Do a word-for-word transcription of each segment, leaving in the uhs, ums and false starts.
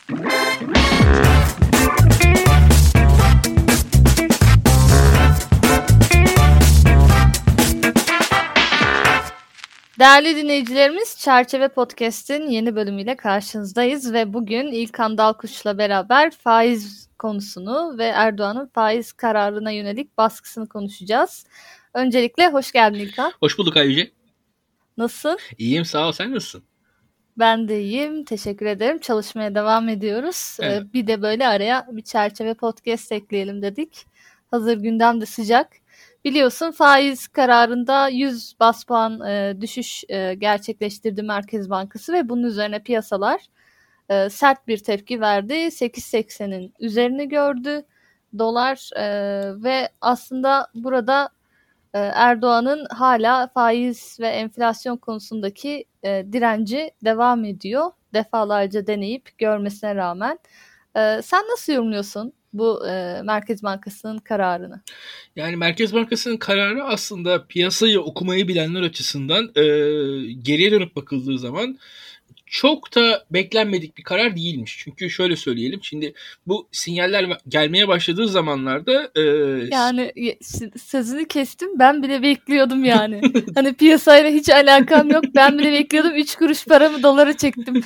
Değerli dinleyicilerimiz, Çerçeve Podcast'in yeni bölümüyle karşınızdayız ve bugün İlkan Dalkuş'la beraber faiz konusunu ve Erdoğan'ın faiz kararına yönelik baskısını konuşacağız. Öncelikle hoş geldin İlkan. Hoş bulduk Ayyüce. Nasılsın? İyiyim, sağ ol. Sen nasılsın? Ben de iyiyim. Teşekkür ederim. Çalışmaya devam ediyoruz. Evet. Ee, bir de böyle araya bir Çerçeve Podcast ekleyelim dedik. Hazır gündem de sıcak. Biliyorsun faiz kararında yüz bas puan e, düşüş e, gerçekleştirdi Merkez Bankası ve bunun üzerine piyasalar e, sert bir tepki verdi. sekiz seksenin üzerini gördü dolar e, ve aslında burada e, Erdoğan'ın hala faiz ve enflasyon konusundaki e, direnci devam ediyor. Defalarca deneyip görmesine rağmen. E, sen nasıl yorumluyorsun bu e, Merkez Bankası'nın kararını? Yani Merkez Bankası'nın kararı aslında piyasayı okumayı bilenler açısından e, geriye dönüp bakıldığı zaman çok da beklenmedik bir karar değilmiş. Çünkü şöyle söyleyelim, şimdi bu sinyaller gelmeye başladığı zamanlarda... E, yani sözünü kestim, ben bile bekliyordum yani. Hani piyasayla hiç alakam yok, ben bile bekliyordum, üç kuruş paramı dolara çektim.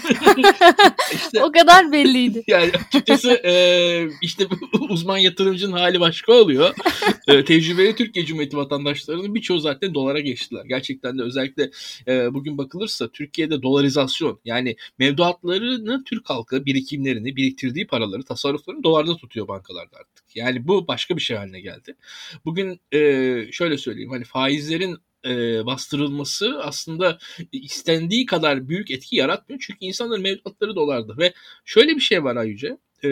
İşte, o kadar belliydi. Yani açıkçası e, işte uzman yatırımcının hali başka oluyor. E, tecrübeli Türkiye Cumhuriyeti vatandaşlarının birçoğu zaten dolara geçtiler. Gerçekten de özellikle e, bugün bakılırsa Türkiye'de dolarizasyon, yani mevduatlarını Türk halkı birikimlerini, biriktirdiği paraları, tasarruflarını dolarda tutuyor bankalarda artık. Yani bu başka bir şey haline geldi. Bugün e, şöyle söyleyeyim, hani faizlerin e, bastırılması aslında istendiği kadar büyük etki yaratmıyor. Çünkü insanların mevduatları dolarda ve şöyle bir şey var Ayyüce. E,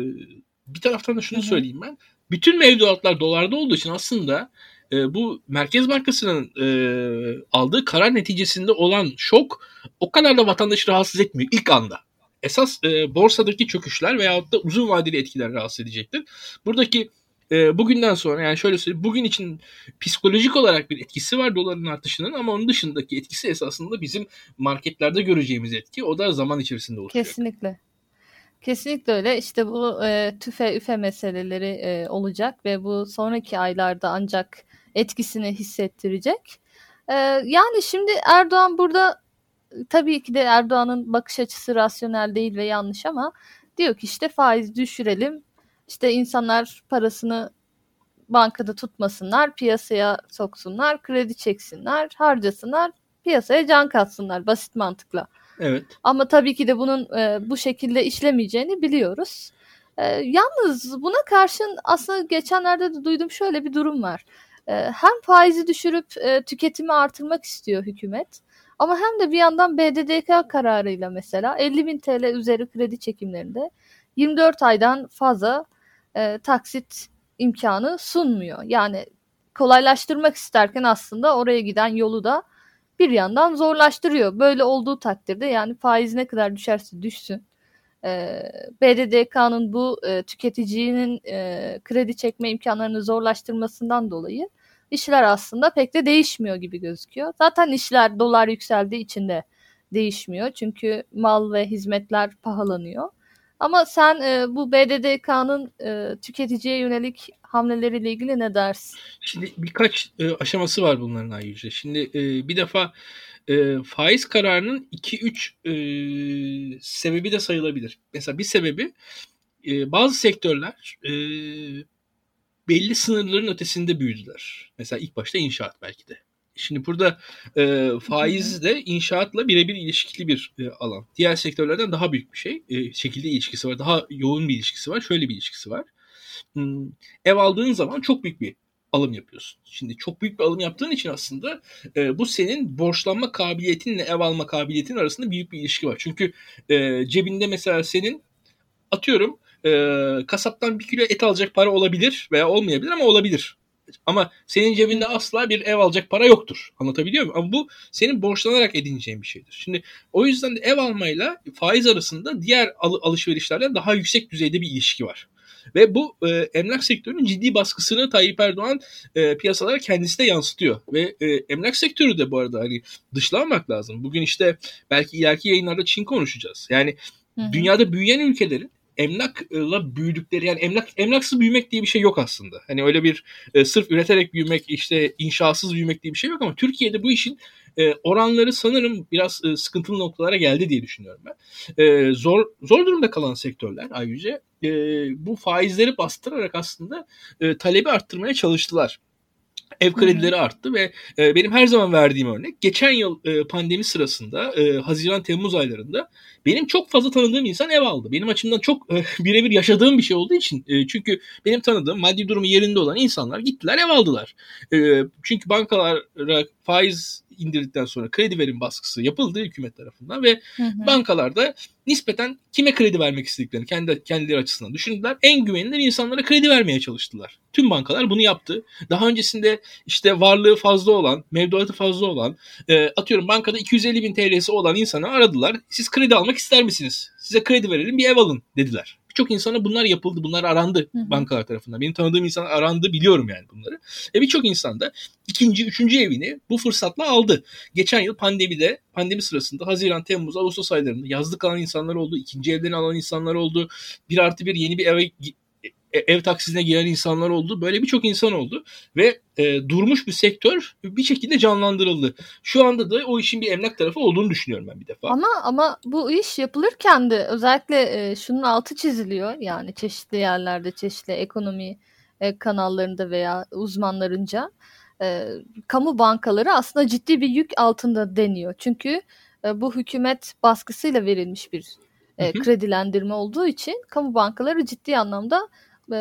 bir taraftan da şunu Hı-hı. söyleyeyim ben. Bütün mevduatlar dolarda olduğu için aslında e, bu Merkez Bankası'nın e, aldığı karar neticesinde olan şok o kadar da vatandaşı rahatsız etmiyor ilk anda. Esas e, borsadaki çöküşler veyahut da uzun vadeli etkiler rahatsız edecektir. Buradaki e, bugünden sonra, yani şöyle söyleyeyim, bugün için psikolojik olarak bir etkisi var doların artışının, ama onun dışındaki etkisi esasında bizim marketlerde göreceğimiz etki. O da zaman içerisinde olacak. Kesinlikle. Kesinlikle öyle. İşte bu e, tüfe üfe meseleleri e, olacak ve bu sonraki aylarda ancak etkisini hissettirecek. E, yani şimdi Erdoğan burada, tabii ki de Erdoğan'ın bakış açısı rasyonel değil ve yanlış, ama diyor ki işte faiz düşürelim, işte insanlar parasını bankada tutmasınlar, piyasaya soksunlar, kredi çeksinler, harcasınlar, piyasaya can katsınlar, basit mantıkla. Evet. Ama tabii ki de bunun e, bu şekilde işlemeyeceğini biliyoruz. E, yalnız buna karşın aslında geçenlerde de duydum, şöyle bir durum var. E, hem faizi düşürüp e, tüketimi artırmak istiyor hükümet, ama hem de bir yandan B D D K kararıyla mesela elli bin T L üzeri kredi çekimlerinde yirmi dört aydan fazla e, taksit imkanı sunmuyor. Yani kolaylaştırmak isterken aslında oraya giden yolu da bir yandan zorlaştırıyor. Böyle olduğu takdirde yani faiz ne kadar düşerse düşsün, e, B D D K'nın bu e, tüketicinin e, kredi çekme imkanlarını zorlaştırmasından dolayı işler aslında pek de değişmiyor gibi gözüküyor. Zaten işler dolar yükseldiği için de değişmiyor. Çünkü mal ve hizmetler pahalanıyor. Ama sen e, bu B D D K'nın e, tüketiciye yönelik hamleleriyle ilgili ne dersin? Şimdi birkaç e, aşaması var bunların ayrıca. Şimdi e, bir defa e, faiz kararının iki üç e, sebebi de sayılabilir. Mesela bir sebebi, e, bazı sektörler e, belli sınırların ötesinde büyüdüler. Mesela ilk başta inşaat belki de. Şimdi burada e, faiz de inşaatla birebir ilişkili bir e, alan. Diğer sektörlerden daha büyük bir şey. E, şekilde ilişkisi var. Daha yoğun bir ilişkisi var. Şöyle bir ilişkisi var. Hmm, ev aldığın zaman çok büyük bir alım yapıyorsun. Şimdi çok büyük bir alım yaptığın için aslında e, bu senin borçlanma kabiliyetinle ev alma kabiliyetin arasında büyük bir ilişki var. Çünkü e, cebinde mesela senin, atıyorum, e, kasaptan bir kilo et alacak para olabilir veya olmayabilir, ama olabilir. Ama senin cebinde asla bir ev alacak para yoktur. Anlatabiliyor muyum? Ama bu senin borçlanarak edineceğin bir şeydir. Şimdi o yüzden de ev almayla faiz arasında diğer al- alışverişlerden daha yüksek düzeyde bir ilişki var. Ve bu e, emlak sektörünün ciddi baskısını Tayyip Erdoğan e, piyasalara kendisi de yansıtıyor. Ve e, emlak sektörü de bu arada hani dışlanmak lazım. Bugün işte belki ileriki yayınlarda Çin konuşacağız. Yani Hı hı. dünyada büyüyen ülkelerin emlakla büyüdükleri, yani emlak emlaksız büyümek diye bir şey yok aslında. Hani öyle bir e, sırf üreterek büyümek, işte inşasız büyümek diye bir şey yok ama Türkiye'de bu işin e, oranları sanırım biraz e, sıkıntılı noktalara geldi diye düşünüyorum ben. E, zor zor durumda kalan sektörler ayrıca e, bu faizleri bastırarak aslında e, talebi arttırmaya çalıştılar. Ev Hı hı. kredileri arttı ve e, benim her zaman verdiğim örnek, geçen yıl e, pandemi sırasında e, Haziran-Temmuz aylarında benim çok fazla tanıdığım insan ev aldı. Benim açımdan çok e, birebir yaşadığım bir şey olduğu için, e, çünkü benim tanıdığım maddi durumu yerinde olan insanlar gittiler ev aldılar. E, çünkü bankalara faiz indirdikten sonra kredi verim baskısı yapıldı hükümet tarafından ve Hı hı. bankalarda nispeten kime kredi vermek istediklerini kendi kendileri açısından düşündüler. En güvenilir insanlara kredi vermeye çalıştılar. Tüm bankalar bunu yaptı. Daha öncesinde işte varlığı fazla olan, mevduatı fazla olan, e, atıyorum bankada iki yüz elli bin T L'si olan insanı aradılar. Siz kredi almak ister misiniz? Size kredi verelim, bir ev alın dediler. Birçok insana bunlar yapıldı, bunlar arandı Hı hı. bankalar tarafından. Benim tanıdığım insanlar arandı, biliyorum yani bunları. E birçok insan da ikinci, üçüncü evini bu fırsatla aldı. Geçen yıl pandemide, pandemi sırasında Haziran, Temmuz, Ağustos aylarında yazlık alan insanlar oldu, ikinci evlerini alan insanlar oldu, bir artı bir yeni bir eve ev taksisine giren insanlar oldu. Böyle birçok insan oldu ve e, durmuş bir sektör bir şekilde canlandırıldı. Şu anda da o işin bir emlak tarafı olduğunu düşünüyorum ben bir defa. Ama ama bu iş yapılırken de özellikle e, şunun altı çiziliyor. Yani çeşitli yerlerde, çeşitli ekonomi e, kanallarında veya uzmanlarınca e, kamu bankaları aslında ciddi bir yük altında deniyor. Çünkü e, bu hükümet baskısıyla verilmiş bir e, Hı hı. kredilendirme olduğu için kamu bankaları ciddi anlamda e,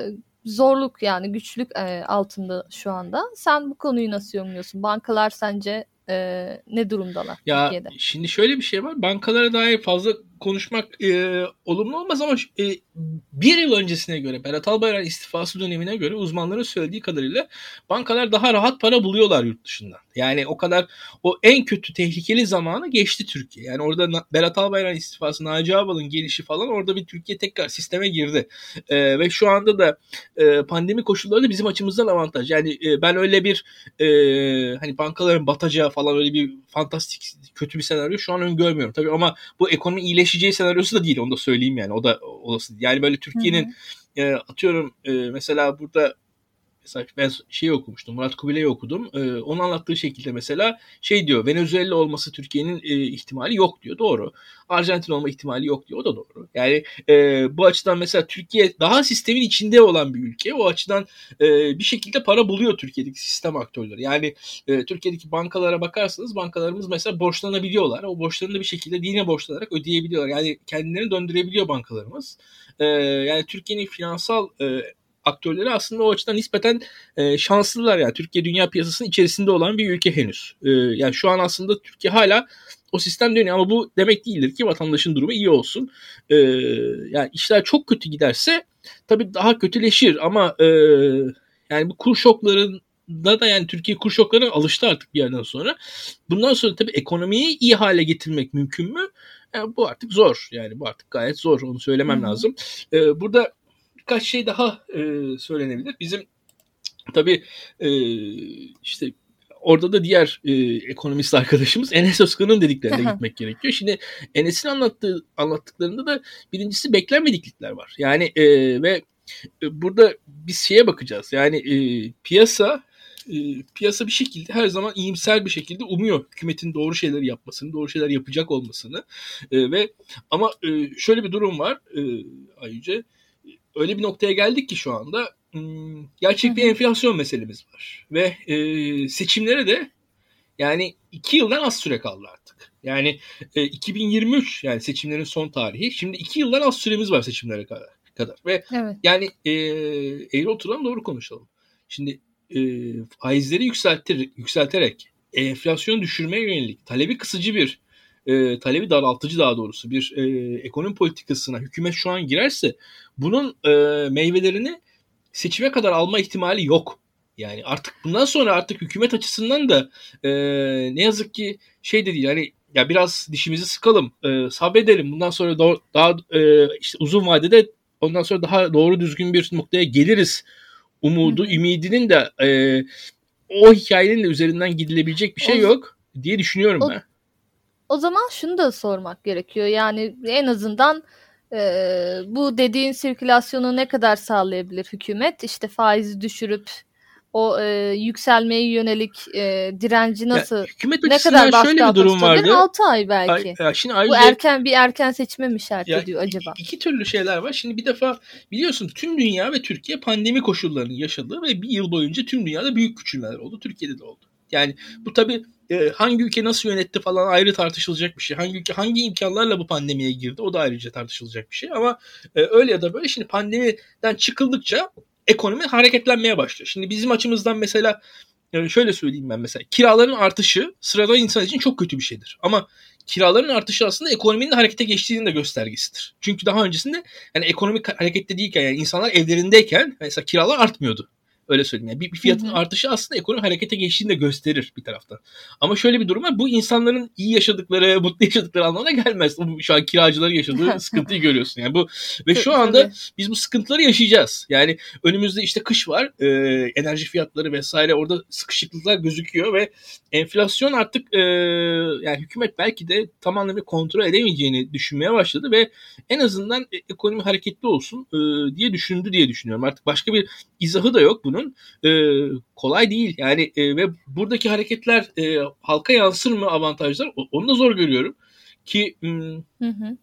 zorluk, yani güçlük e, altında şu anda. Sen bu konuyu nasıl yorumluyorsun? Bankalar sence e, ne durumdalar Ya Türkiye'de? şimdi şöyle bir şey var. Bankalara dair fazla konuşmak e, olumlu olmaz ama e, bir yıl öncesine göre, Berat Albayrak istifası dönemine göre uzmanların söylediği kadarıyla bankalar daha rahat para buluyorlar yurt dışından. Yani o kadar, o en kötü tehlikeli zamanı geçti Türkiye. Yani orada Berat Albayrak istifası, Naci Ağbal'ın gelişi falan, orada bir Türkiye tekrar sisteme girdi. E, ve şu anda da e, pandemi koşulları da bizim açımızdan avantaj. Yani e, ben öyle bir e, hani bankaların batacağı falan, öyle bir fantastik kötü bir senaryo şu an öngörmüyorum. Tabii ama bu ekonomi iyileşeceği senaryosu da değil, onu da söyleyeyim yani. O da olası. Yani böyle Türkiye'nin e, atıyorum e, mesela burada mesela ben şeyi okumuştum. Murat Kubilay'ı okudum. Ee, onun anlattığı şekilde mesela şey diyor. Venezuela olması Türkiye'nin e, ihtimali yok diyor. Doğru. Arjantin olma ihtimali yok diyor. O da doğru. Yani e, bu açıdan mesela Türkiye daha sistemin içinde olan bir ülke. O açıdan e, bir şekilde para buluyor Türkiye'deki sistem aktörleri. Yani e, Türkiye'deki bankalara bakarsanız bankalarımız mesela borçlanabiliyorlar. O borçlarını da bir şekilde dine borçlanarak ödeyebiliyorlar. Yani kendilerini döndürebiliyor bankalarımız. E, yani Türkiye'nin finansal e, aktörleri aslında o açıdan nispeten e, şanslılar. Yani Türkiye dünya piyasasının içerisinde olan bir ülke henüz. E, yani şu an aslında Türkiye hala o sistem dönüyor ama bu demek değildir ki vatandaşın durumu iyi olsun. E, yani işler çok kötü giderse tabii daha kötüleşir ama e, yani bu kur şoklarında da, yani Türkiye kur şoklarına alıştı artık bir yerden sonra. Bundan sonra tabii ekonomiyi iyi hale getirmek mümkün mü? Yani bu artık zor. Yani bu artık gayet zor. Onu söylemem Hı hı. lazım. E, burada birkaç şey daha e, söylenebilir. Bizim tabii e, işte orada da diğer e, ekonomist arkadaşımız Enes Özkan'ın dediklerine gitmek gerekiyor. Şimdi Enes'in anlattığı anlattıklarında da birincisi beklenmediklikler var. Yani e, ve e, burada biz şeye bakacağız. Yani e, piyasa e, piyasa bir şekilde her zaman iyimser bir şekilde umuyor hükümetin doğru şeyleri yapmasını, doğru şeyler yapacak olmasını. E, ve ama e, şöyle bir durum var. E, ayrıca öyle bir noktaya geldik ki şu anda gerçek Hı bir hı. enflasyon meselemiz var. Ve e, seçimlere de yani iki yıldan az süre kaldı artık. Yani e, iki bin yirmi üç yani seçimlerin son tarihi. Şimdi iki yıldan az süremiz var seçimlere kadar. kadar. Ve Evet. yani e, eğri oturalım, doğru konuşalım. Şimdi e, faizleri yükseltir, yükselterek enflasyonu düşürmeye yönelik talebi kısıcı bir e, talebi daraltıcı daha doğrusu bir e, ekonomi politikasına hükümet şu an girerse bunun e, meyvelerini seçime kadar alma ihtimali yok. Yani artık bundan sonra artık hükümet açısından da e, ne yazık ki şey de değil. Yani ya biraz dişimizi sıkalım, e, sabredelim. Bundan sonra do- daha e, işte uzun vadede ondan sonra daha doğru düzgün bir noktaya geliriz umudu, Hı hı. ümidinin de e, o hikayenin de üzerinden gidilebilecek bir şey O, yok diye düşünüyorum o ben. O zaman şunu da sormak gerekiyor. Yani en azından e, bu dediğin sirkülasyonu ne kadar sağlayabilir hükümet? İşte faizi düşürüp o e, yükselmeye yönelik e, direnci Ya, nasıl, hükümet ne kadar açısından baskı şöyle bir altında durum tutabilir? vardı. altı ay Ay, belki. ya şimdi Bu ayrıca erken bir erken seçime mi şart ya ediyor acaba? iki türlü şeyler var. Şimdi bir defa biliyorsun tüm dünya ve Türkiye pandemi koşullarını yaşadı ve bir yıl boyunca tüm dünyada büyük küçülmeler oldu. Türkiye'de de oldu. Yani bu tabii e, hangi ülke nasıl yönetti falan ayrı tartışılacak bir şey. Hangi ülke hangi imkanlarla bu pandemiye girdi o da ayrıca tartışılacak bir şey. Ama e, öyle ya da böyle şimdi pandemiden çıkıldıkça ekonomi hareketlenmeye başlıyor. Şimdi bizim açımızdan mesela yani şöyle söyleyeyim ben mesela kiraların artışı sıradan insan için çok kötü bir şeydir. Ama kiraların artışı aslında ekonominin harekete geçtiğinin de göstergesidir. Çünkü daha öncesinde yani ekonomik harekette değilken yani insanlar evlerindeyken mesela kiralar artmıyordu. Öyle söyleyeyim. Yani bir, bir fiyatın Hı hı. artışı aslında ekonomi harekete geçtiğini de gösterir bir taraftan. Ama şöyle bir durum var. Bu insanların iyi yaşadıkları, mutlu yaşadıkları anlamına gelmez. Bu, şu an kiracıların yaşadığı sıkıntıyı görüyorsun. Yani bu ve şu T- anda Tabii. biz bu sıkıntıları yaşayacağız. Yani önümüzde işte kış var. E, enerji fiyatları vesaire orada sıkışıklıklar gözüküyor ve enflasyon artık e, yani hükümet belki de tam anlamıyla kontrol edemeyeceğini düşünmeye başladı ve en azından e, ekonomi hareketli olsun e, diye düşündü diye düşünüyorum. Artık başka bir izahı da yok bunun. E, kolay değil. Yani e, ve buradaki hareketler e, halka yansır mı avantajlar? O- Onu da zor görüyorum. Ki hmm, Hı hı.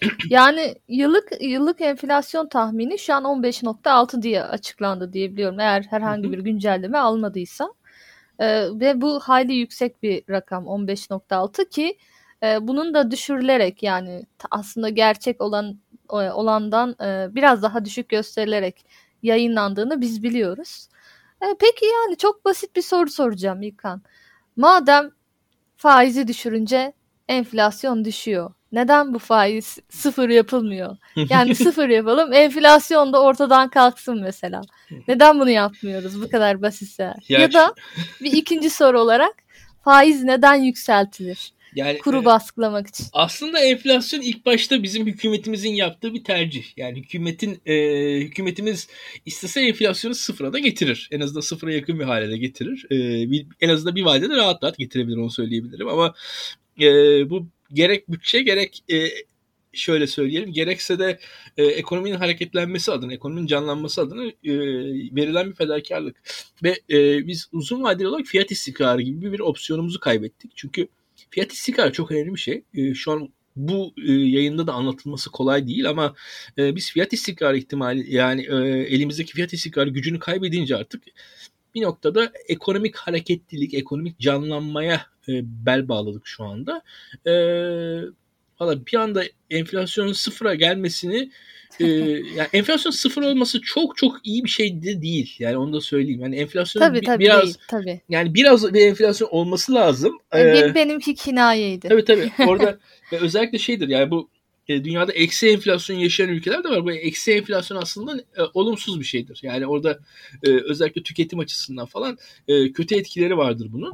Yani yıllık yıllık enflasyon tahmini şu an on beş nokta altı diye açıklandı diye biliyorum. Eğer hı herhangi hı. bir güncelleme almadıysa. Ee, ve bu hayli yüksek bir rakam on beş nokta altı ki e, bunun da düşürülerek yani ta- aslında gerçek olan e, olandan e, biraz daha düşük gösterilerek yayınlandığını biz biliyoruz. E, peki yani çok basit bir soru soracağım İlkan. Madem faizi düşürünce enflasyon düşüyor. Neden bu faiz sıfır yapılmıyor? Yani sıfır yapalım, enflasyon da ortadan kalksın mesela. Neden bunu yapmıyoruz bu kadar basitse? Ya Ya şu- da bir ikinci soru olarak faiz neden yükseltilir? yani Kuru e, baskılamak için. aslında enflasyon ilk başta bizim hükümetimizin yaptığı bir tercih. Yani hükümetin e, hükümetimiz istese enflasyonu sıfıra da getirir. En azından sıfıra yakın bir hale de getirir. E, bir, en azından bir vadede rahat rahat getirebilir onu söyleyebilirim. Ama e, bu gerek bütçe gerek e, şöyle söyleyelim gerekse de e, ekonominin hareketlenmesi adına, ekonominin canlanması adına e, verilen bir fedakarlık. Ve e, biz uzun vadeli olarak fiyat istikrarı gibi bir opsiyonumuzu kaybettik. Çünkü fiyat istikrarı çok önemli bir şey. E, şu an bu e, yayında da anlatılması kolay değil ama e, biz fiyat istikrarı ihtimali yani e, elimizdeki fiyat istikrarı gücünü kaybedince artık bir noktada ekonomik hareketlilik, ekonomik canlanmaya e, bel bağladık şu anda. E, valla bir anda enflasyonun sıfıra gelmesini e, yani enflasyon sıfır olması çok çok iyi bir şey de değil. Yani onu da söyleyeyim. Yani enflasyonun Tabii bi- tabii biraz değil tabii. yani biraz bir enflasyon olması lazım. E, E, bir benimki kinayeydi. Tabii tabii. Orada ve özellikle şeydir yani bu e, dünyada eksi enflasyon yaşayan ülkeler de var. Bu eksi enflasyon aslında e, olumsuz bir şeydir. Yani orada e, özellikle tüketim açısından falan e, kötü etkileri vardır bunun.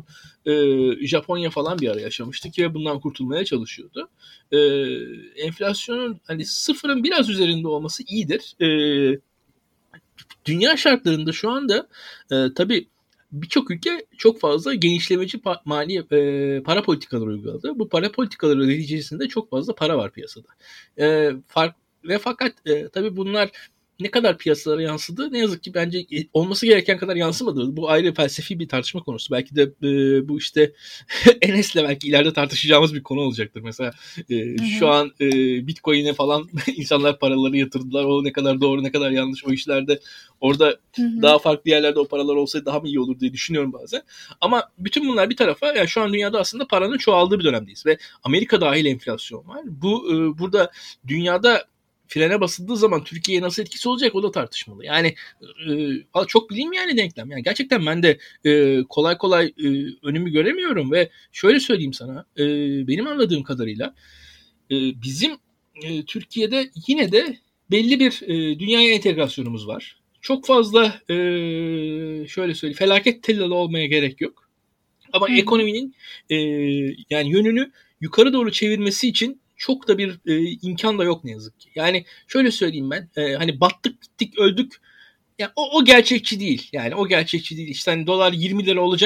E, Japonya falan bir ara yaşamıştı ki ve bundan kurtulmaya çalışıyordu. E, enflasyonun hani sıfırın biraz üzerinde olması iyidir. E, dünya şartlarında şu anda e, tabii birçok ülke çok fazla genişlemeci pa- mali e, para politikaları uyguladı. Bu para politikaları neticesinde çok fazla para var piyasada. E, fark ve fakat e, tabii bunlar ne kadar piyasalara yansıdı ne yazık ki bence e, olması gereken kadar yansımadı. Bu ayrı felsefi bir tartışma konusu. Belki de e, bu işte Enes'le belki ileride tartışacağımız bir konu olacaktır. Mesela e, Hı şu hı. an e, Bitcoin'e falan insanlar paraları yatırdılar. O ne kadar doğru ne kadar yanlış o işlerde orada Hı hı. daha farklı yerlerde o paralar olsaydı daha mı iyi olur diye düşünüyorum bazen. Ama bütün bunlar bir tarafa yani şu an dünyada aslında paranın çoğaldığı bir dönemdeyiz ve Amerika dahil enflasyon var. Bu e, burada dünyada frene basıldığı zaman Türkiye'ye nasıl etkisi olacak o da tartışmalı. Yani e, çok bilinmeyen denklem. Yani gerçekten ben de e, kolay kolay e, önümü göremiyorum ve şöyle söyleyeyim sana e, benim anladığım kadarıyla e, bizim e, Türkiye'de yine de belli bir e, dünyaya entegrasyonumuz var. Çok fazla e, şöyle söyleyeyim felaket tellalı olmaya gerek yok. Ama Hı hı. ekonominin e, yani yönünü yukarı doğru çevirmesi için çok da bir e, imkan da yok ne yazık ki. Yani şöyle söyleyeyim ben e, hani battık bittik öldük yani o, o gerçekçi değil. Yani o gerçekçi değil. İşte hani dolar yirmi lira olacak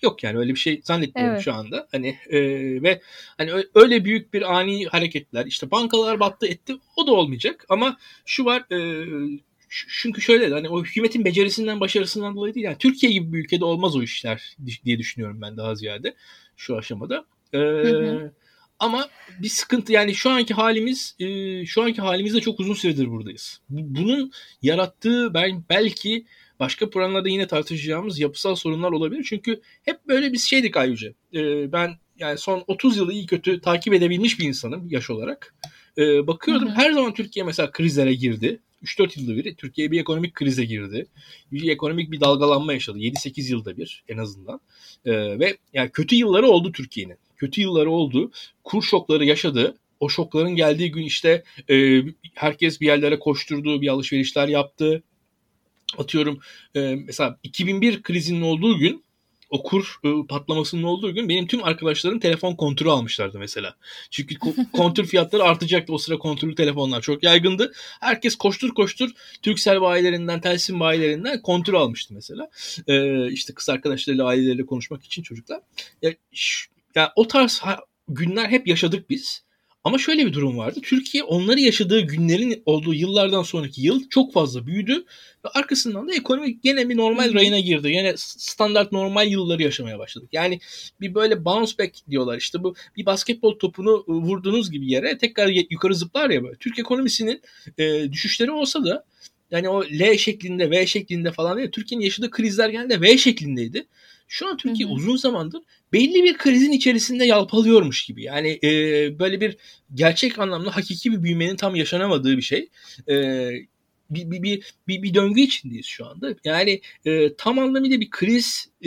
yok yani öyle bir şey zannetmiyorum Evet. şu anda. Hani e, ve hani öyle büyük bir ani hareketler işte bankalar battı etti o da olmayacak ama şu var e, çünkü şöyle hani o hükümetin becerisinden başarısından dolayı değil yani Türkiye gibi bir ülkede olmaz o işler diye düşünüyorum ben daha ziyade şu aşamada. E, Hı hı. Ama bir sıkıntı yani şu anki halimiz e, şu anki halimizde çok uzun süredir buradayız. Bunun yarattığı ben belki başka programlarda yine tartışacağımız yapısal sorunlar olabilir. Çünkü hep böyle bir şeydik Ayyüce. E, ben yani son otuz yılı iyi kötü takip edebilmiş bir insanım yaş olarak. E, Hı bakıyordum hı. her zaman Türkiye mesela krizlere girdi. üç dört yılda bir Türkiye bir ekonomik krize girdi. Bir ekonomik bir dalgalanma yaşadı. yedi sekiz yılda bir en azından. E, ve yani kötü yılları oldu Türkiye'nin. Kötü yılları oldu. Kur şokları yaşadı. O şokların geldiği gün işte e, herkes bir yerlere koşturdu, bir alışverişler yaptı. Atıyorum e, mesela iki bin bir krizinin olduğu gün o kur e, patlamasının olduğu gün benim tüm arkadaşlarım telefon kontürü almışlardı mesela. Çünkü kontür fiyatları artacaktı. O sıra kontürlü telefonlar çok yaygındı. Herkes koştur koştur Turkcell bayilerinden, Telsim bayilerinden kontür almıştı mesela. E, işte kız arkadaşlarıyla, aileleriyle konuşmak için çocuklar. Ya, şu, ya o tarz ha, günler hep yaşadık biz. Ama şöyle bir durum vardı. Türkiye onları yaşadığı günlerin olduğu yıllardan sonraki yıl çok fazla büyüdü. Ve arkasından da ekonomi gene bir Hı normal hı. rayına girdi. Yine standart normal yılları yaşamaya başladık. Yani bir böyle bounce back diyorlar. İşte bu bir basketbol topunu vurduğunuz gibi yere tekrar yukarı zıplar ya böyle. Türk ekonomisinin e, düşüşleri olsa da yani o L şeklinde, V şeklinde falan değil. Türkiye'nin yaşadığı krizler genelde V şeklindeydi. Şu an Hı Türkiye hı. uzun zamandır belli bir krizin içerisinde yalpalıyormuş gibi. Yani e, böyle bir gerçek anlamda hakiki bir büyümenin tam yaşanamadığı bir şey. E, bir, bir, bir, bir, bir döngü içindeyiz şu anda. Yani e, tam anlamıyla bir kriz e,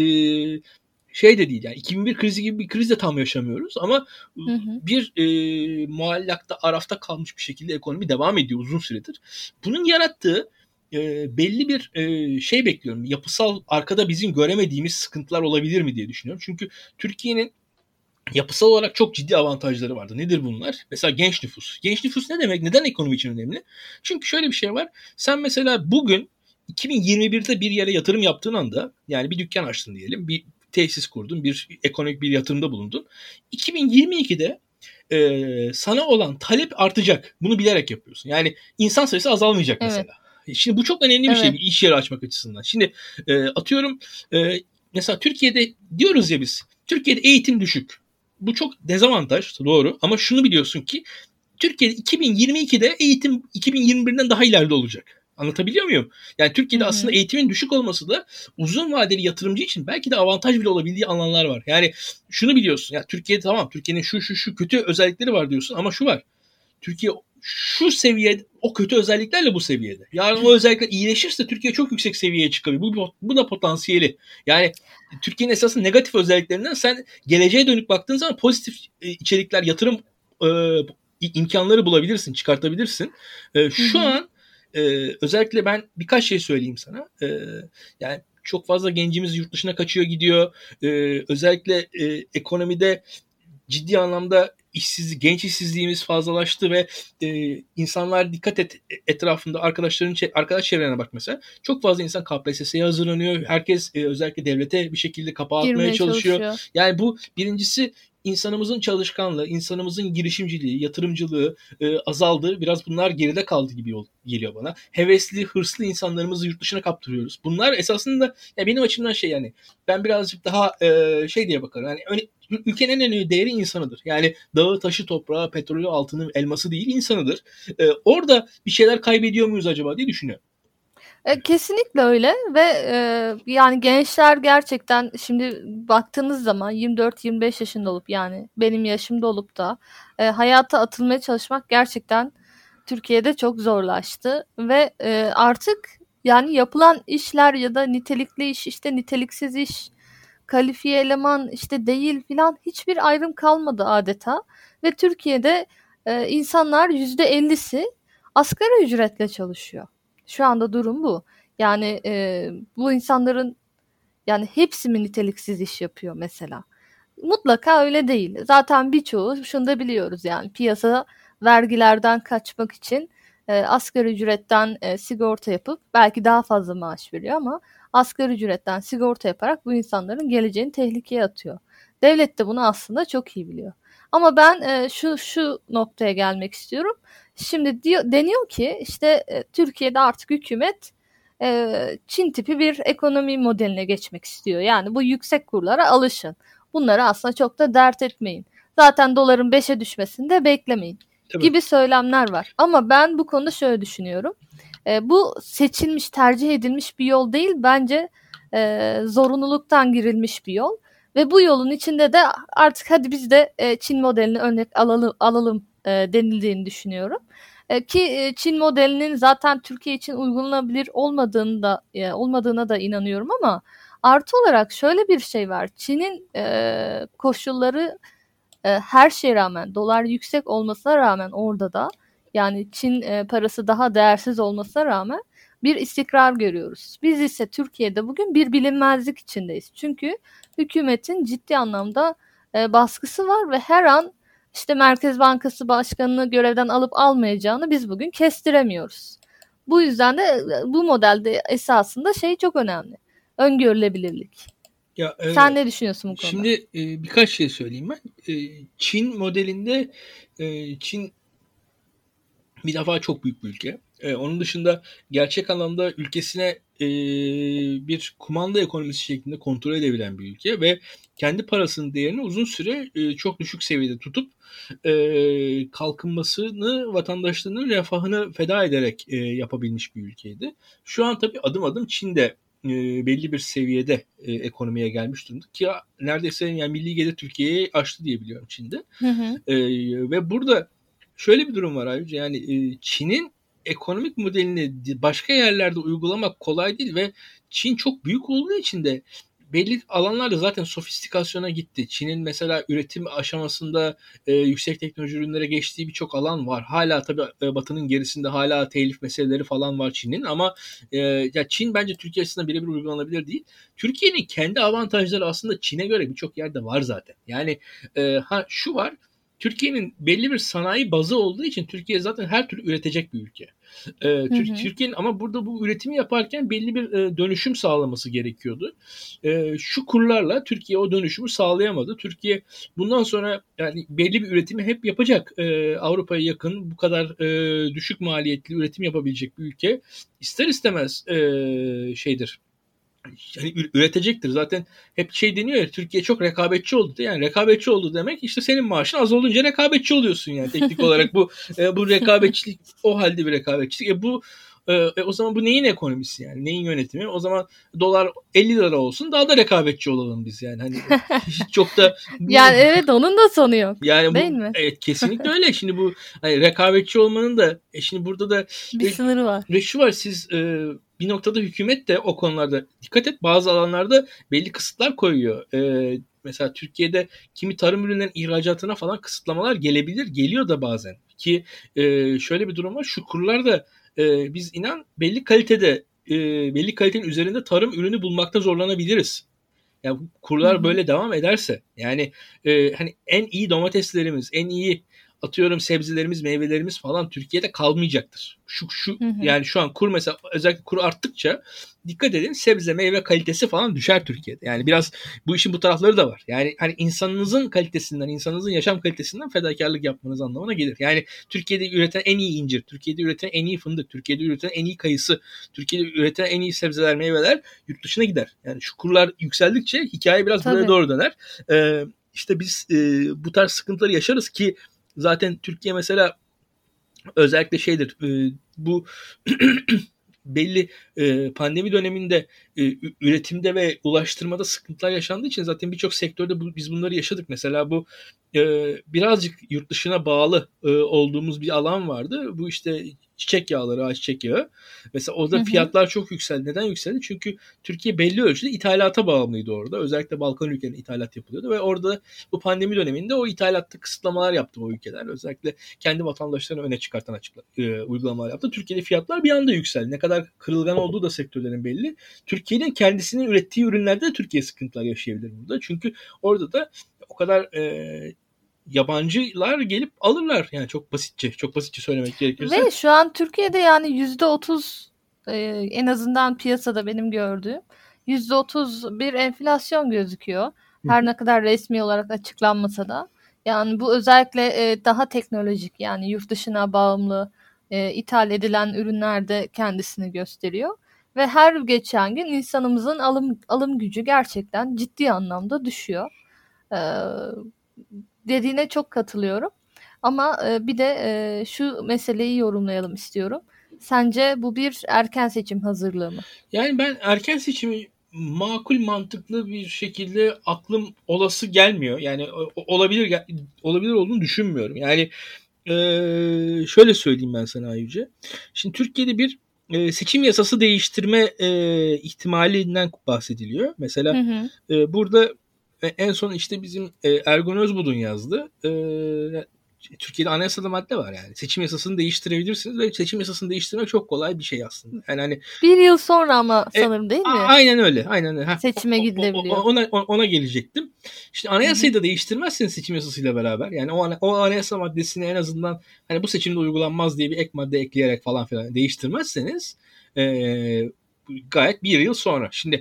şey de değil. Yani iki bin bir krizi gibi bir kriz de tam yaşamıyoruz ama Hı hı. bir e, muallakta, arafta kalmış bir şekilde ekonomi devam ediyor uzun süredir. Bunun yarattığı e, belli bir e, şey bekliyorum. Yapısal arkada bizim göremediğimiz sıkıntılar olabilir mi diye düşünüyorum. Çünkü Türkiye'nin yapısal olarak çok ciddi avantajları vardı. Nedir bunlar? Mesela genç nüfus. Genç nüfus ne demek? Neden ekonomi için önemli? Çünkü şöyle bir şey var. Sen mesela bugün iki bin yirmi birde bir yere yatırım yaptığın anda yani bir dükkan açtın diyelim. Bir tesis kurdun. Bir ekonomik bir yatırımda bulundun. iki bin yirmi ikide e, sana olan talep artacak. Bunu bilerek yapıyorsun. Yani insan sayısı azalmayacak Evet. mesela. Şimdi bu çok önemli bir şey Evet. bir iş yeri açmak açısından. Şimdi e, atıyorum e, mesela Türkiye'de diyoruz ya biz Türkiye'de eğitim düşük. Bu çok dezavantaj doğru ama şunu biliyorsun ki Türkiye'de iki bin yirmi ikide eğitim iki bin yirmi birden daha ileride olacak. Anlatabiliyor muyum? Yani Hı Türkiye'de aslında hı. eğitimin düşük olması da uzun vadeli yatırımcı için belki de avantaj bile olabildiği alanlar var. Yani şunu biliyorsun. Ya Türkiye tamam Türkiye'nin şu şu şu kötü özellikleri var diyorsun ama şu var. Türkiye şu seviyede o kötü özelliklerle bu seviyede. Yarın o özellikler iyileşirse Türkiye çok yüksek seviyeye çıkabilir. Bu, bu da potansiyeli. Yani Türkiye'nin esasında negatif özelliklerinden sen geleceğe dönük baktığın zaman pozitif içerikler, yatırım e, imkanları bulabilirsin, çıkartabilirsin. E, Hı şu hı. an e, özellikle ben birkaç şey söyleyeyim sana. E, yani çok fazla gencimiz yurt dışına kaçıyor gidiyor. E, özellikle e, ekonomide ciddi anlamda işsizlik, genç işsizliğimiz fazlalaştı ve e, insanlar dikkat et etrafında arkadaşların arkadaş çevrene bak mesela. Çok fazla insan K P S S'ye hazırlanıyor. Herkes e, özellikle devlete bir şekilde kapağı atmaya Girmeye çalışıyor. çalışıyor. Yani bu birincisi insanımızın çalışkanlığı, insanımızın girişimciliği, yatırımcılığı e, azaldı. Biraz bunlar geride kaldı gibi geliyor bana. Hevesli, hırslı insanlarımızı yurt dışına kaptırıyoruz. Bunlar esasında ya benim açımdan şey yani ben birazcık daha e, şey diye bakarım. Yani öne, ülkenin en önemli değeri insanıdır. Yani dağı, taşı, toprağı, petrolü, altını, elması değil insanıdır. E, orada bir şeyler kaybediyor muyuz acaba diye düşünüyorum. E, kesinlikle öyle ve e, yani gençler gerçekten şimdi baktığınız zaman yirmi dört yirmi beş yaşında olup yani benim yaşımda olup da e, hayata atılmaya çalışmak gerçekten Türkiye'de çok zorlaştı ve e, artık yani yapılan işler ya da nitelikli iş işte niteliksiz iş kalifiye eleman işte değil filan hiçbir ayrım kalmadı adeta ve Türkiye'de e, insanlar yüzde ellisi asgari ücretle çalışıyor. Şu anda durum bu. Yani e, bu insanların yani hepsi mi niteliksiz iş yapıyor mesela? Mutlaka öyle değil. Zaten birçoğu şunu da biliyoruz yani piyasa vergilerden kaçmak için e, asgari ücretten e, sigorta yapıp belki daha fazla maaş veriyor ama asgari ücretten sigorta yaparak bu insanların geleceğini tehlikeye atıyor. Devlet de bunu aslında çok iyi biliyor. Ama ben e, şu şu noktaya gelmek istiyorum. Şimdi diyor, deniyor ki işte e, Türkiye'de artık hükümet e, Çin tipi bir ekonomi modeline geçmek istiyor. Yani bu yüksek kurlara alışın. Bunları aslında çok da dert etmeyin. Zaten doların beşe düşmesini de beklemeyin. Tabii. Gibi söylemler var. Ama ben bu konuda şöyle düşünüyorum. E, bu seçilmiş, tercih edilmiş bir yol değil. Bence e, zorunluluktan girilmiş bir yol. Ve bu yolun içinde de artık hadi biz de e, Çin modelini örnek alalım, alalım e, denildiğini düşünüyorum. E, ki e, Çin modelinin zaten Türkiye için uygulanabilir olmadığını da e, olmadığına da inanıyorum ama artı olarak şöyle bir şey var. Çin'in e, koşulları e, her şeye rağmen, dolar yüksek olmasına rağmen orada da, yani Çin e, parası daha değersiz olmasına rağmen bir istikrar görüyoruz. Biz ise Türkiye'de bugün bir bilinmezlik içindeyiz. Çünkü hükümetin ciddi anlamda e, baskısı var ve her an işte Merkez Bankası Başkanı'nı görevden alıp almayacağını biz bugün kestiremiyoruz. Bu yüzden de e, bu modelde esasında şey çok önemli. Öngörülebilirlik. Ya, e, Sen ne düşünüyorsun bu konuda? Şimdi e, birkaç şey söyleyeyim ben. E, Çin modelinde e, Çin bir defa çok büyük bir ülke. E, onun dışında gerçek anlamda ülkesine e, bir kumanda ekonomisi şeklinde kontrol edebilen bir ülke ve kendi parasının değerini uzun süre e, çok düşük seviyede tutup e, kalkınmasını, vatandaşlarının refahını feda ederek e, yapabilmiş bir ülkeydi. Şu an tabii adım adım Çin'de e, belli bir seviyede e, ekonomiye gelmiş durumda ki neredeyse yani milli gelir Türkiye'yi aştı diye biliyorum Çin'de. Hı hı. E, ve burada şöyle bir durum var ayrıca, yani e, Çin'in ekonomik modelini başka yerlerde uygulamak kolay değil ve Çin çok büyük olduğu için de belli alanlarda zaten sofistikasyona gitti. Çin'in mesela üretim aşamasında e, yüksek teknoloji ürünlere geçtiği birçok alan var. Hala tabii e, Batı'nın gerisinde hala telif meseleleri falan var Çin'in ama e, ya Çin bence Türkiye açısından birebir uygulanabilir değil. Türkiye'nin kendi avantajları aslında Çin'e göre birçok yerde var zaten. Yani e, ha şu var. Türkiye'nin belli bir sanayi bazı olduğu için Türkiye zaten her türlü üretecek bir ülke. Ee, hı hı. Türkiye'nin ama burada bu üretimi yaparken belli bir e, dönüşüm sağlaması gerekiyordu. E, şu kurlarla Türkiye o dönüşümü sağlayamadı. Türkiye bundan sonra yani belli bir üretimi hep yapacak. E, Avrupa'ya yakın bu kadar e, düşük maliyetli üretim yapabilecek bir ülke ister istemez e, şeydir. Yani üretecektir. Zaten hep şey deniyor ya, Türkiye çok rekabetçi oldu. Yani rekabetçi oldu demek işte senin maaşın az olunca rekabetçi oluyorsun yani teknik olarak bu e, bu rekabetçilik o halde bir rekabetçilik. E bu e, o zaman bu neyin ekonomisi yani? Neyin yönetimi? O zaman dolar elli lira olsun daha da rekabetçi olalım biz yani. Hani hiç çok da bu, yani evet onun da sonu yok. Yani değil bu, mi? Evet kesinlikle öyle. Şimdi bu hani rekabetçi olmanın da e, şimdi burada da bir e, sınırı var. Ve şu var, siz e, bir noktada hükümet de o konularda dikkat et, bazı alanlarda belli kısıtlar koyuyor. Ee, mesela Türkiye'de kimi tarım ürünlerinin ihracatına falan kısıtlamalar gelebilir. Geliyor da bazen. Ki e, şöyle bir durum var. Şu kurlarda e, biz inan belli kalitede e, belli kalitenin üzerinde tarım ürünü bulmakta zorlanabiliriz. Yani kurlar Hı-hı. böyle devam ederse yani e, hani en iyi domateslerimiz, en iyi atıyorum sebzelerimiz, meyvelerimiz falan Türkiye'de kalmayacaktır. Şu şu hı hı. Yani şu an kur mesela özellikle kur arttıkça dikkat edin sebze meyve kalitesi falan düşer Türkiye'de. Yani biraz bu işin bu tarafları da var. Yani hani insanınızın kalitesinden, insanınızın yaşam kalitesinden fedakarlık yapmanız anlamına gelir. Yani Türkiye'de üreten en iyi incir, Türkiye'de üreten en iyi fındık, Türkiye'de üreten en iyi kayısı, Türkiye'de üreten en iyi sebzeler, meyveler yurt dışına gider. Yani şu kurlar yükseldikçe hikaye biraz Tabii. buraya doğru döner. Ee, işte biz e, bu tarz sıkıntıları yaşarız ki zaten Türkiye mesela özellikle şeydir e, bu belli e, pandemi döneminde e, üretimde ve ulaştırmada sıkıntılar yaşandığı için zaten birçok sektörde bu, biz bunları yaşadık. Mesela bu e, birazcık yurt dışına bağlı e, olduğumuz bir alan vardı. Bu işte çiçek yağları, ayçiçek yağı. Mesela orada hı hı. fiyatlar çok yükseldi. Neden yükseldi? Çünkü Türkiye belli ölçüde ithalata bağımlıydı orada. Özellikle Balkan ülkelerine ithalat yapılıyordu ve orada bu pandemi döneminde o ithalatta kısıtlamalar yaptı o ülkeler. Özellikle kendi vatandaşlarını öne çıkartan açıkla, e, uygulamalar yaptı. Türkiye'de fiyatlar bir anda yükseldi. Ne kadar kırılgan olduğu da sektörlerin belli. Türkiye'nin kendisinin ürettiği ürünlerde de Türkiye sıkıntılar yaşayabilir burada. Çünkü orada da o kadar e, yabancılar gelip alırlar. Yani çok basitçe, çok basitçe söylemek gerekirse. Ve şu an Türkiye'de yani yüzde otuz e, en azından piyasada benim gördüğüm yüzde otuz bir enflasyon gözüküyor. Her ne kadar resmi olarak açıklanmasa da. Yani bu özellikle e, daha teknolojik, yani yurt dışına bağımlı e, ithal edilen ürünlerde kendisini gösteriyor. Ve her geçen gün insanımızın alım alım gücü gerçekten ciddi anlamda düşüyor. Ee, dediğine çok katılıyorum. Ama e, bir de e, şu meseleyi yorumlayalım istiyorum. Sence bu bir erken seçim hazırlığı mı? Yani ben erken seçimi makul, mantıklı bir şekilde aklım olası gelmiyor. Yani olabilir olabilir olduğunu düşünmüyorum. Yani e, şöyle söyleyeyim ben sana Ayyüce. Şimdi Türkiye'de bir e, seçim yasası değiştirme e, ihtimalinden bahsediliyor. Mesela Hı hı. e, burada en son işte bizim e, Ergun Özbudu'nun yazdığı e, Türkiye'de anayasada madde var yani. Seçim yasasını değiştirebilirsiniz ve seçim yasasını değiştirmek çok kolay bir şey aslında. Yani hani bir yıl sonra ama e, sanırım değil mi? Aynen öyle. Aynen öyle. Ha, Seçime o, gidilebiliyor. O, ona, ona gelecektim. İşte anayasayı da değiştirmezseniz seçim yasasıyla beraber, yani o, o anayasa maddesini en azından hani bu seçimde uygulanmaz diye bir ek madde ekleyerek falan filan değiştirmezseniz e, gayet bir yıl sonra. Şimdi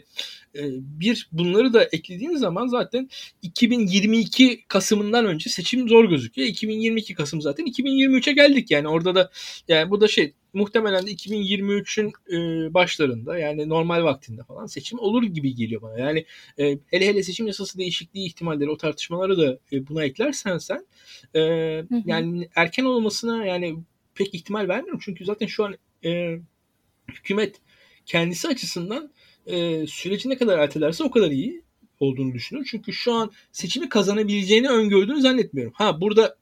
bir bunları da eklediğiniz zaman zaten iki bin yirmi iki Kasım'ından önce seçim zor gözüküyor. iki bin yirmi iki Kasım zaten iki bin yirmi üçe geldik yani orada da, yani bu da şey muhtemelen de iki bin yirmi üçün e, başlarında, yani normal vaktinde falan seçim olur gibi geliyor bana. Yani e, hele hele seçim yasası değişikliği ihtimalleri, o tartışmaları da e, buna eklersen sen e, Hı hı. yani erken olmasına yani pek ihtimal vermiyorum. Çünkü zaten şu an e, hükümet kendisi açısından e, süreci ne kadar ertelerse o kadar iyi olduğunu düşünüyorum. Çünkü şu an seçimi kazanabileceğini öngördüğünü zannetmiyorum. Ha burada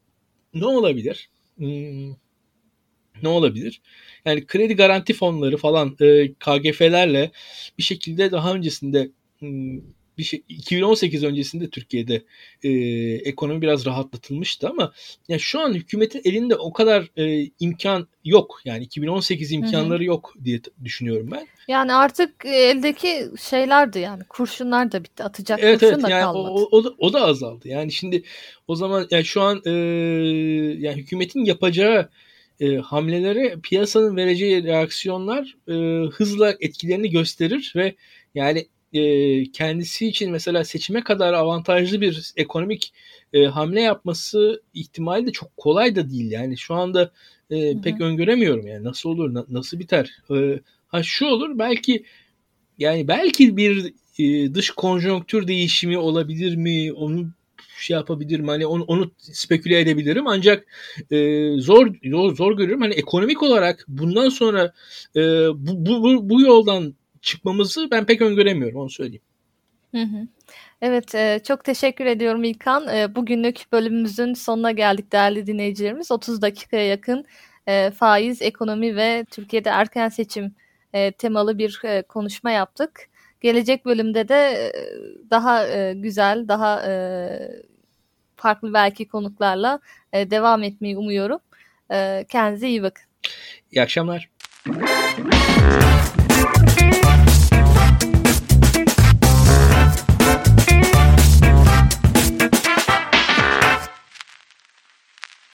ne olabilir? Hmm, ne olabilir? Yani kredi garanti fonları falan e, K G F'lerle bir şekilde daha öncesinde hmm, bir şey, iki bin on sekiz öncesinde Türkiye'de e, ekonomi biraz rahatlatılmıştı ama yani şu an hükümetin elinde o kadar e, imkan yok. Yani iki bin on sekiz imkanları hı hı. yok diye düşünüyorum ben. Yani artık eldeki şeylerdi, yani kurşunlar da bitti. Atacak evet, kurşun evet, da yani kalmadı. O, o, da, o da azaldı. Yani şimdi o zaman yani şu an e, yani hükümetin yapacağı e, hamlelere piyasanın vereceği reaksiyonlar e, hızla etkilerini gösterir ve yani e, kendisi için mesela seçime kadar avantajlı bir ekonomik e, hamle yapması ihtimali de çok kolay da değil. Yani şu anda e, pek hı hı. öngöremiyorum yani nasıl olur, na, nasıl biter. E, ha şu olur belki, yani belki bir e, dış konjonktür değişimi olabilir mi? Onu şey yapabilirim. Hani onu, onu speküle edebilirim. Ancak e, zor, zor zor görüyorum. Hani ekonomik olarak bundan sonra e, bu, bu bu yoldan çıkmamızı ben pek öngöremiyorum. Onu söyleyeyim. Hı hı. Evet, e, çok teşekkür ediyorum İlkan. E, bugünlük bölümümüzün sonuna geldik değerli dinleyicilerimiz. otuz dakikaya yakın e, faiz, ekonomi ve Türkiye'de erken seçim e, temalı bir e, konuşma yaptık. Gelecek bölümde de e, daha e, güzel, daha e, farklı belki konuklarla e, devam etmeyi umuyorum. E, kendinize iyi bakın. İyi akşamlar.